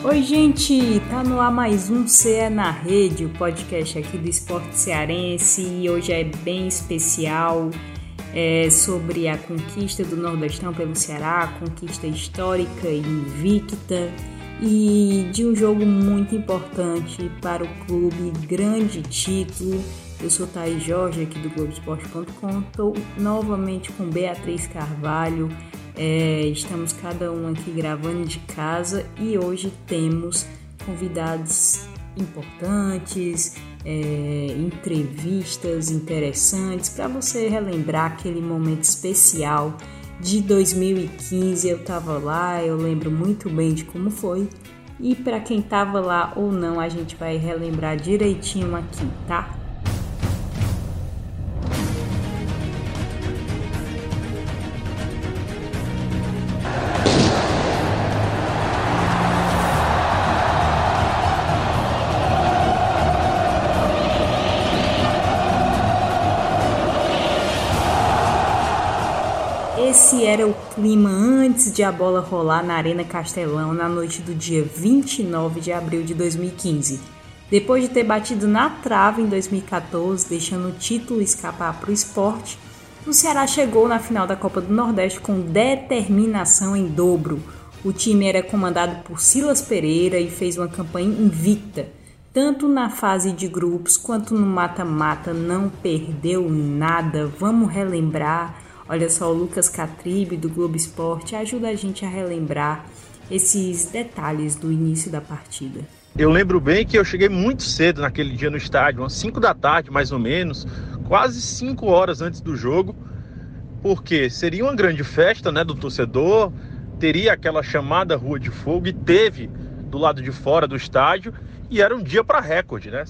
Oi, gente! Tá no ar mais um CE na Rede, o podcast aqui do esporte cearense, e hoje é bem especial, sobre a conquista do Nordestão pelo Ceará, conquista histórica e invicta, e de um jogo muito importante para o clube, grande título. Eu sou Thaís Jorge, aqui do Globoesporte.com, estou novamente com Beatriz Carvalho. Estamos cada um aqui gravando de casa e hoje temos convidados importantes, entrevistas interessantes para você relembrar aquele momento especial de 2015. Eu estava lá, eu lembro muito bem de como foi, e para quem estava lá ou não, a gente vai relembrar direitinho aqui, tá? Esse era o clima antes de a bola rolar na Arena Castelão na noite do dia 29 de abril de 2015. Depois de ter batido na trave em 2014, deixando o título escapar para o Sport, o Ceará chegou na final da Copa do Nordeste com determinação em dobro. O time era comandado por Silas Pereira e fez uma campanha invicta. Tanto na fase de grupos quanto no mata-mata, não perdeu nada. Vamos relembrar. Olha só, o Lucas Catribe, do Globo Esporte, ajuda a gente a relembrar esses detalhes do início da partida. Eu lembro bem que eu cheguei muito cedo naquele dia no estádio, umas 5 da tarde mais ou menos, quase 5 horas antes do jogo, porque seria uma grande festa, né, do torcedor, teria aquela chamada Rua de Fogo, e teve do lado de fora do estádio, e era um dia para recorde, né?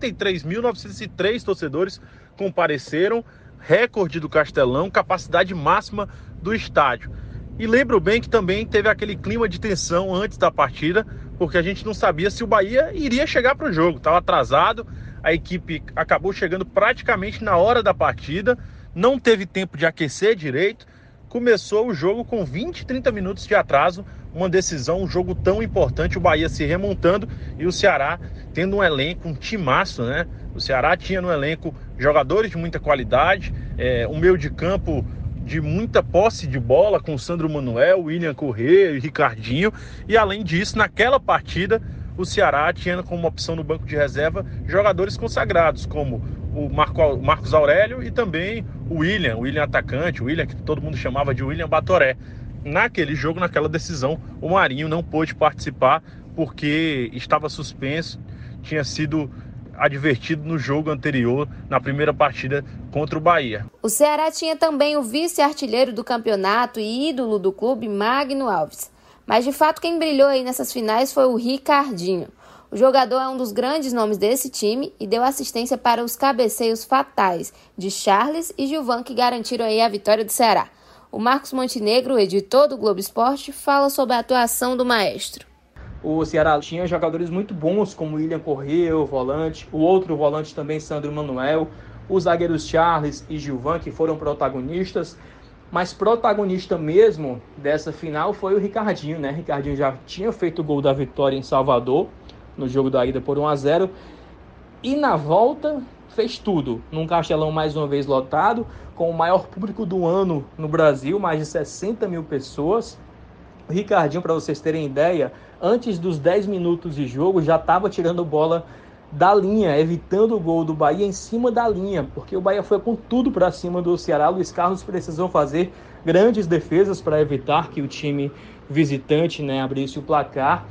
63.903 torcedores compareceram, recorde do Castelão, capacidade máxima do estádio. E lembro bem que também teve aquele clima de tensão antes da partida, porque a gente não sabia se o Bahia iria chegar para o jogo. Estava atrasado, a equipe acabou chegando praticamente na hora da partida, não teve tempo de aquecer direito, começou o jogo com 20, 30 minutos de atraso, uma decisão, um jogo tão importante, o Bahia se remontando e o Ceará tendo um elenco, um timaço, né? O Ceará tinha no elenco jogadores de muita qualidade, um meio de campo de muita posse de bola, com Sandro Manuel, William Corrêa e Ricardinho, e além disso, naquela partida, o Ceará tinha como opção no banco de reserva jogadores consagrados, como o Marcos Aurélio e também o William atacante, o William que todo mundo chamava de William Batoré. Naquele jogo, naquela decisão, o Marinho não pôde participar porque estava suspenso, tinha sido advertido no jogo anterior, na primeira partida contra o Bahia. O Ceará tinha também o vice-artilheiro do campeonato e ídolo do clube, Magno Alves. Mas de fato quem brilhou aí nessas finais foi o Ricardinho. O jogador é um dos grandes nomes desse time e deu assistência para os cabeceios fatais de Charles e Gilvan, que garantiram aí a vitória do Ceará. O Marcos Montenegro, editor do Globo Esporte, fala sobre a atuação do maestro. O Ceará tinha jogadores muito bons, como William Corrêa, o volante, o outro volante também, Sandro Manuel, os zagueiros Charles e Gilvan, que foram protagonistas, mas protagonista mesmo dessa final foi o Ricardinho, né? Ricardinho já tinha feito o gol da vitória em Salvador, no jogo da ida por 1-0, e na volta fez tudo, num Castelão mais uma vez lotado, com o maior público do ano no Brasil, mais de 60 mil pessoas. O Ricardinho, para vocês terem ideia, antes dos 10 minutos de jogo, já estava tirando bola da linha, evitando o gol do Bahia em cima da linha, porque o Bahia foi com tudo para cima do Ceará. Luiz Carlos precisou fazer grandes defesas para evitar que o time visitante, né, abrisse o placar,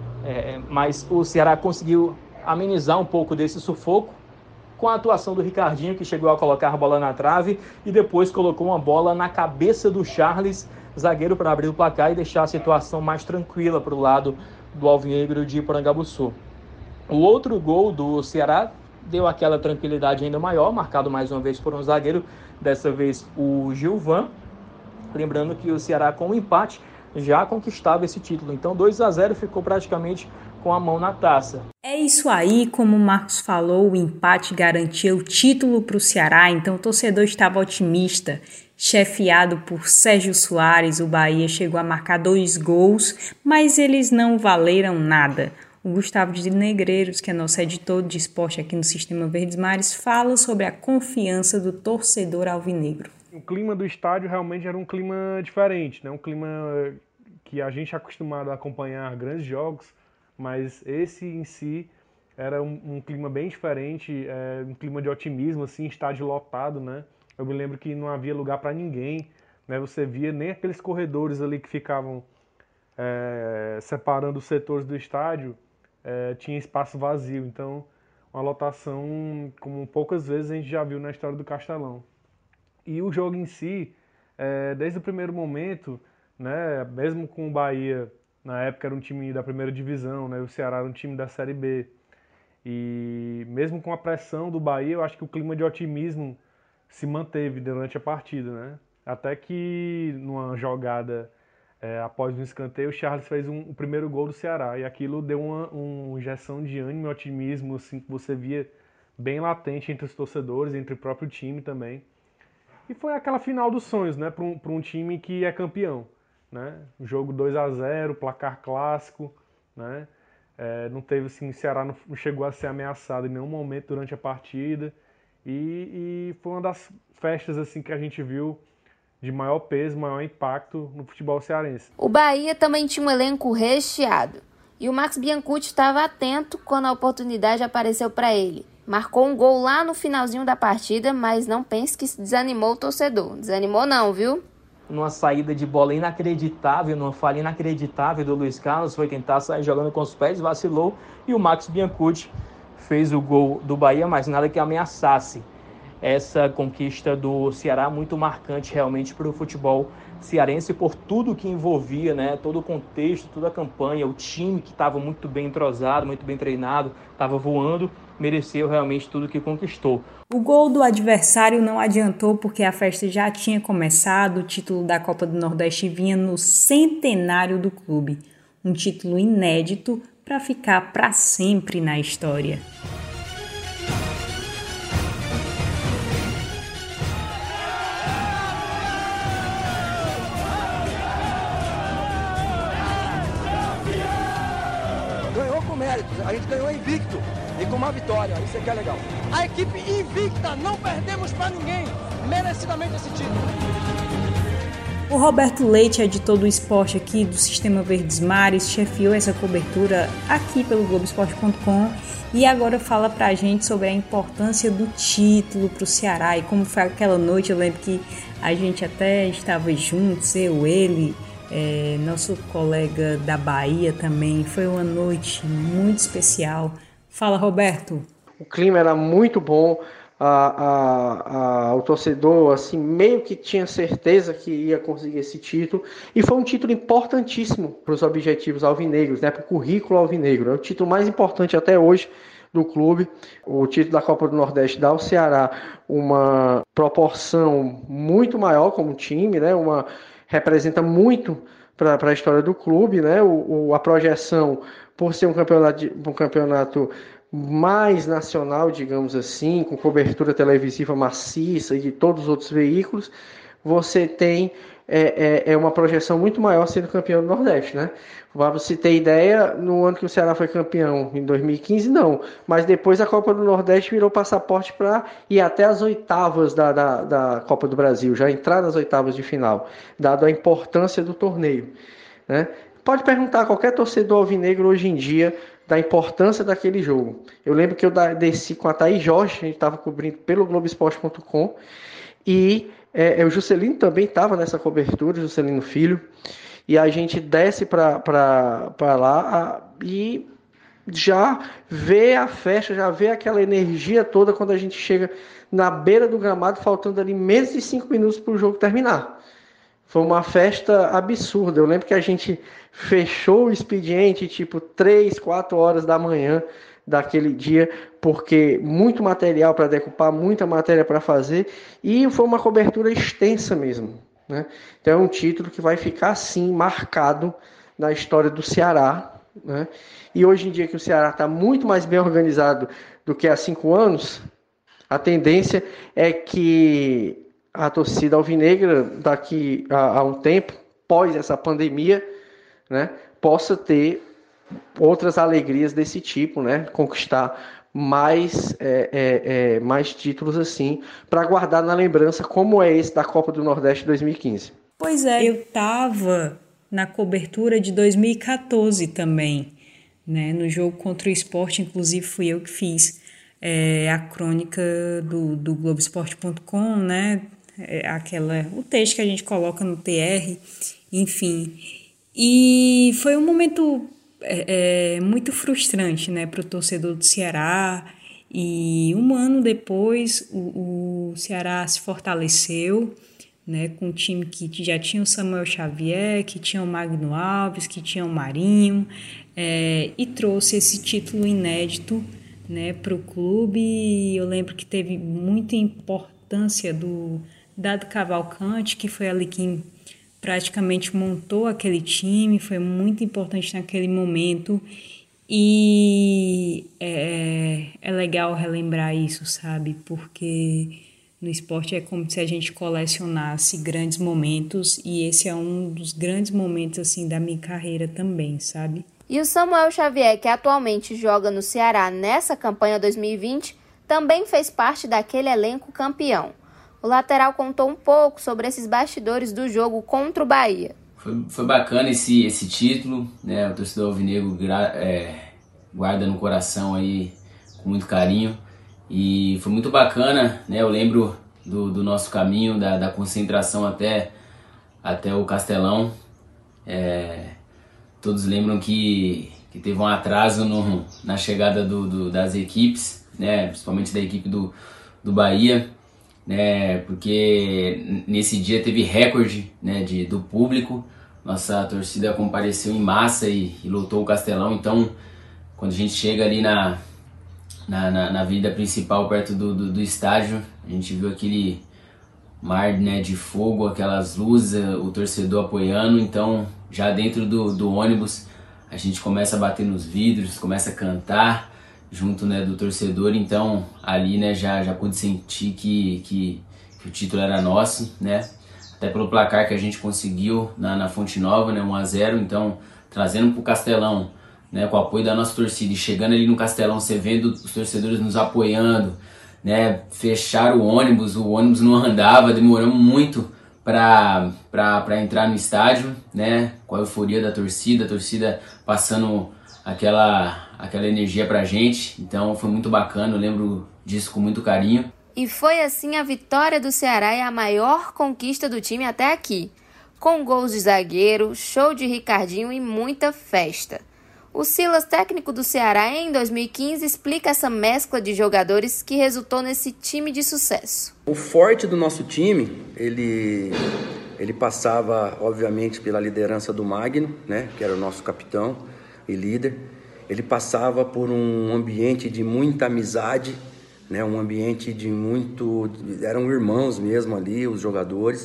mas o Ceará conseguiu amenizar um pouco desse sufoco com a atuação do Ricardinho, que chegou a colocar a bola na trave e depois colocou uma bola na cabeça do Charles, zagueiro, para abrir o placar e deixar a situação mais tranquila para o lado do Alvinegro de Porangabuçu. O outro gol do Ceará deu aquela tranquilidade ainda maior, marcado mais uma vez por um zagueiro, dessa vez o Gilvan. Lembrando que o Ceará, com o empate, já conquistava esse título. Então 2-0 ficou praticamente com a mão na taça. É isso aí, como o Marcos falou, o empate garantia o título para o Ceará, então o torcedor estava otimista. Chefiado por Sérgio Soares, o Bahia chegou a marcar 2 gols, mas eles não valeram nada. O Gustavo de Negreiros, que é nosso editor de esporte aqui no Sistema Verdes Mares, fala sobre a confiança do torcedor alvinegro. O clima do estádio realmente era um clima diferente, né? Um clima que a gente é acostumado a acompanhar grandes jogos, mas esse em si era um clima bem diferente, um clima de otimismo, assim, estádio lotado, né? Eu me lembro que não havia lugar para ninguém, né? Você via nem aqueles corredores ali que ficavam separando os setores do estádio, tinha espaço vazio. Então, uma lotação como poucas vezes a gente já viu na história do Castelão. E o jogo em si, desde o primeiro momento, né? Mesmo com o Bahia, na época era um time da primeira divisão, né? O Ceará era um time da Série B. E mesmo com a pressão do Bahia, eu acho que o clima de otimismo se manteve durante a partida, né? Até que numa jogada após um escanteio, o Charles fez o primeiro gol do Ceará e aquilo deu uma injeção de ânimo e otimismo, assim, que você via bem latente entre os torcedores, entre o próprio time também. E foi aquela final dos sonhos, né? Para um time que é campeão, né? O jogo 2-0, placar clássico, né? Não teve assim, o Ceará não chegou a ser ameaçado em nenhum momento durante a partida. E foi uma das festas assim que a gente viu de maior peso, maior impacto no futebol cearense. O Bahia também tinha um elenco recheado. E o Max Biancucci estava atento quando a oportunidade apareceu para ele. Marcou um gol lá no finalzinho da partida, mas não pense que desanimou o torcedor. Desanimou não, viu? Numa saída de bola inacreditável, numa falha inacreditável do Luiz Carlos, foi tentar sair jogando com os pés, vacilou, e o Max Biancucci fez o gol do Bahia, mas nada que ameaçasse essa conquista do Ceará, muito marcante realmente para o futebol cearense, por tudo que envolvia, né? Todo o contexto, toda a campanha, o time que estava muito bem entrosado, muito bem treinado, estava voando, mereceu realmente tudo que conquistou. O gol do adversário não adiantou porque a festa já tinha começado, o título da Copa do Nordeste vinha no centenário do clube, um título inédito para ficar para sempre na história. Ganhou com méritos, a gente ganhou invicto e com uma vitória, isso é que é legal. A equipe invicta, não perdemos para ninguém, merecidamente esse título. O Roberto Leite, editor do esporte aqui do Sistema Verdes Mares, chefiou essa cobertura aqui pelo Globoesporte.com e agora fala pra gente sobre a importância do título pro Ceará e como foi aquela noite. Eu lembro que a gente até estava juntos, ele, nosso colega da Bahia também. Foi uma noite muito especial. Fala, Roberto. O clima era muito bom. O torcedor assim, meio que tinha certeza que ia conseguir esse título, e foi um título importantíssimo para os objetivos alvinegros, né, para o currículo alvinegro. É o título mais importante até hoje do clube. O título da Copa do Nordeste dá ao Ceará uma proporção muito maior como time, né, representa muito para a história do clube, né, a projeção por ser um campeonato mais nacional, digamos assim, com cobertura televisiva maciça e de todos os outros veículos, você tem uma projeção muito maior sendo campeão do Nordeste, né? Para você ter ideia, no ano que o Ceará foi campeão, em 2015, não. Mas depois a Copa do Nordeste virou passaporte para ir até as oitavas da Copa do Brasil, já entrar nas oitavas de final, dado a importância do torneio, né? Pode perguntar a qualquer torcedor alvinegro hoje em dia da importância daquele jogo. Eu lembro que eu desci com a Thaís Jorge, a gente estava cobrindo pelo Globoesporte.com, e o Juscelino também estava nessa cobertura, o Juscelino Filho, e a gente desce para lá e já vê a festa, já vê aquela energia toda quando a gente chega na beira do gramado, faltando ali menos de 5 minutos para o jogo terminar. Foi uma festa absurda. Eu lembro que a gente fechou o expediente tipo 3, 4 horas da manhã daquele dia, porque muito material para decupar, muita matéria para fazer, e foi uma cobertura extensa mesmo, né? Então é um título que vai ficar assim marcado na história do Ceará, né? E hoje em dia que o Ceará está muito mais bem organizado do que há 5 anos, a tendência é que a torcida alvinegra daqui a um tempo, pós essa pandemia, né, possa ter outras alegrias desse tipo, né, conquistar mais títulos assim, para guardar na lembrança como é esse da Copa do Nordeste 2015. Pois é, eu estava na cobertura de 2014 também, né, no jogo contra o Sport, inclusive fui eu que fiz a crônica do Globoesporte.com, né, o texto que a gente coloca no TR, enfim. E foi um momento muito frustrante, né, para o torcedor do Ceará. E um ano depois o Ceará se fortaleceu, né, com um time que já tinha o Samuel Xavier, que tinha o Magno Alves, que tinha o Marinho, e trouxe esse título inédito, né, para o clube. E eu lembro que teve muita importância do Dado Cavalcante, que foi ali quem praticamente montou aquele time, foi muito importante naquele momento. E é legal relembrar isso, sabe? Porque no esporte é como se a gente colecionasse grandes momentos, e esse é um dos grandes momentos assim da minha carreira também, sabe? E o Samuel Xavier, que atualmente joga no Ceará nessa campanha 2020, também fez parte daquele elenco campeão. O lateral contou um pouco sobre esses bastidores do jogo contra o Bahia. Foi bacana esse título, né? O torcedor alvinegro guarda no coração aí com muito carinho. E foi muito bacana, né? Eu lembro do nosso caminho, da concentração até o Castelão. Todos lembram que teve um atraso na chegada das equipes, né? Principalmente da equipe do Bahia, né? Porque nesse dia teve recorde, né, do público. Nossa torcida compareceu em massa e lotou o Castelão. Então, quando a gente chega ali na avenida principal, perto do estádio, a gente viu aquele mar, né, de fogo, aquelas luzes, o torcedor apoiando. Então, já dentro do ônibus, a gente começa a bater nos vidros, começa a cantar junto, né, do torcedor. Então, ali, né, já pude sentir que o título era nosso, né? Até pelo placar que a gente conseguiu na Fonte Nova, né, 1-0. Então, trazendo pro Castelão, né, com o apoio da nossa torcida, e chegando ali no Castelão, você vendo os torcedores nos apoiando, né, fechar o ônibus não andava, demoramos muito para entrar no estádio, né, com a euforia da torcida, a torcida passando aquela energia pra gente. Então foi muito bacana, eu lembro disso com muito carinho. E foi assim a vitória do Ceará e a maior conquista do time até aqui, com gols de zagueiro, show de Ricardinho e muita festa. O Silas, técnico do Ceará em 2015, explica essa mescla de jogadores que resultou nesse time de sucesso. O forte do nosso time, ele passava, obviamente, pela liderança do Magno, né, que era o nosso capitão e líder. Ele passava por um ambiente de muita amizade, né, um ambiente de muito... Eram irmãos mesmo ali, os jogadores.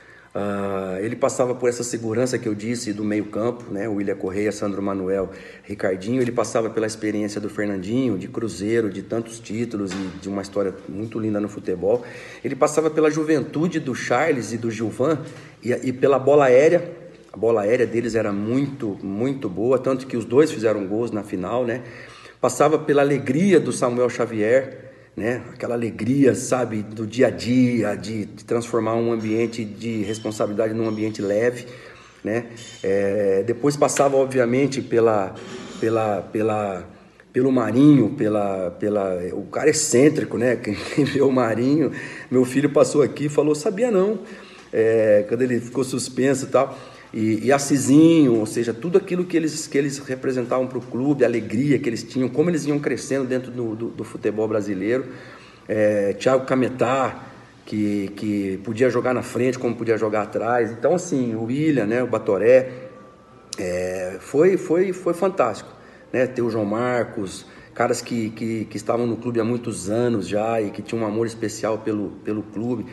Ele passava por essa segurança que eu disse do meio campo, né? O William Correia, Sandro Manuel, Ricardinho. Ele passava pela experiência do Fernandinho, de Cruzeiro, de tantos títulos e de uma história muito linda no futebol. Ele passava pela juventude do Charles e do Gilvan e pela bola aérea. A bola aérea deles era muito, muito boa, tanto que os dois fizeram gols na final, né? Passava pela alegria do Samuel Xavier, né? Aquela alegria, sabe, do dia a dia, de transformar um ambiente de responsabilidade num ambiente leve, né? Depois passava, obviamente, pelo Marinho, o cara excêntrico, né? Quem vê o Marinho, meu filho passou aqui e falou, sabia não, quando ele ficou suspenso e tal. E Assisinho, ou seja, tudo aquilo que eles representavam para o clube, a alegria que eles tinham, como eles iam crescendo dentro do futebol brasileiro. Thiago Cametá, que podia jogar na frente como podia jogar atrás. Então, assim, o William, né, o Batoré, foi fantástico, né? Ter o João Marcos, caras que estavam no clube há muitos anos já e que tinham um amor especial pelo clube.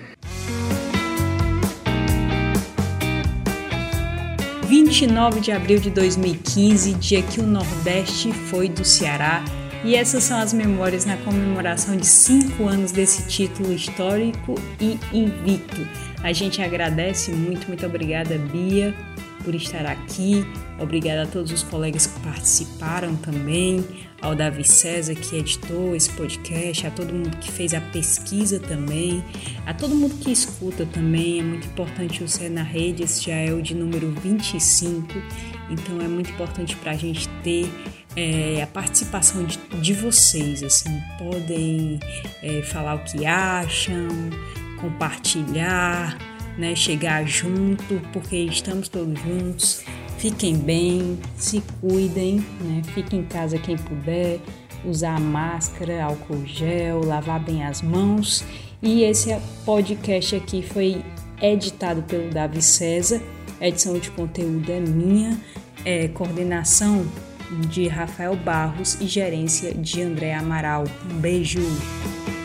29 de abril de 2015, dia que o Nordeste foi do Ceará, E essas são as memórias na comemoração de 5 anos desse título histórico e invicto. A gente agradece muito obrigada, Bia, por estar aqui. Obrigada a todos os colegas que participaram também, ao Davi César, que editou esse podcast, a todo mundo que fez a pesquisa também, a todo mundo que escuta também. É muito importante o Cé na Rede, esse já é o de número 25, então é muito importante para a gente ter a participação de vocês, assim, podem falar o que acham, compartilhar, né, chegar junto, porque estamos todos juntos. Fiquem bem, se cuidem, né, fiquem em casa quem puder, usar máscara, álcool gel, lavar bem as mãos. E esse podcast aqui foi editado pelo Davi César, a edição de conteúdo é minha, coordenação de Rafael Barros e gerência de André Amaral. Um beijo!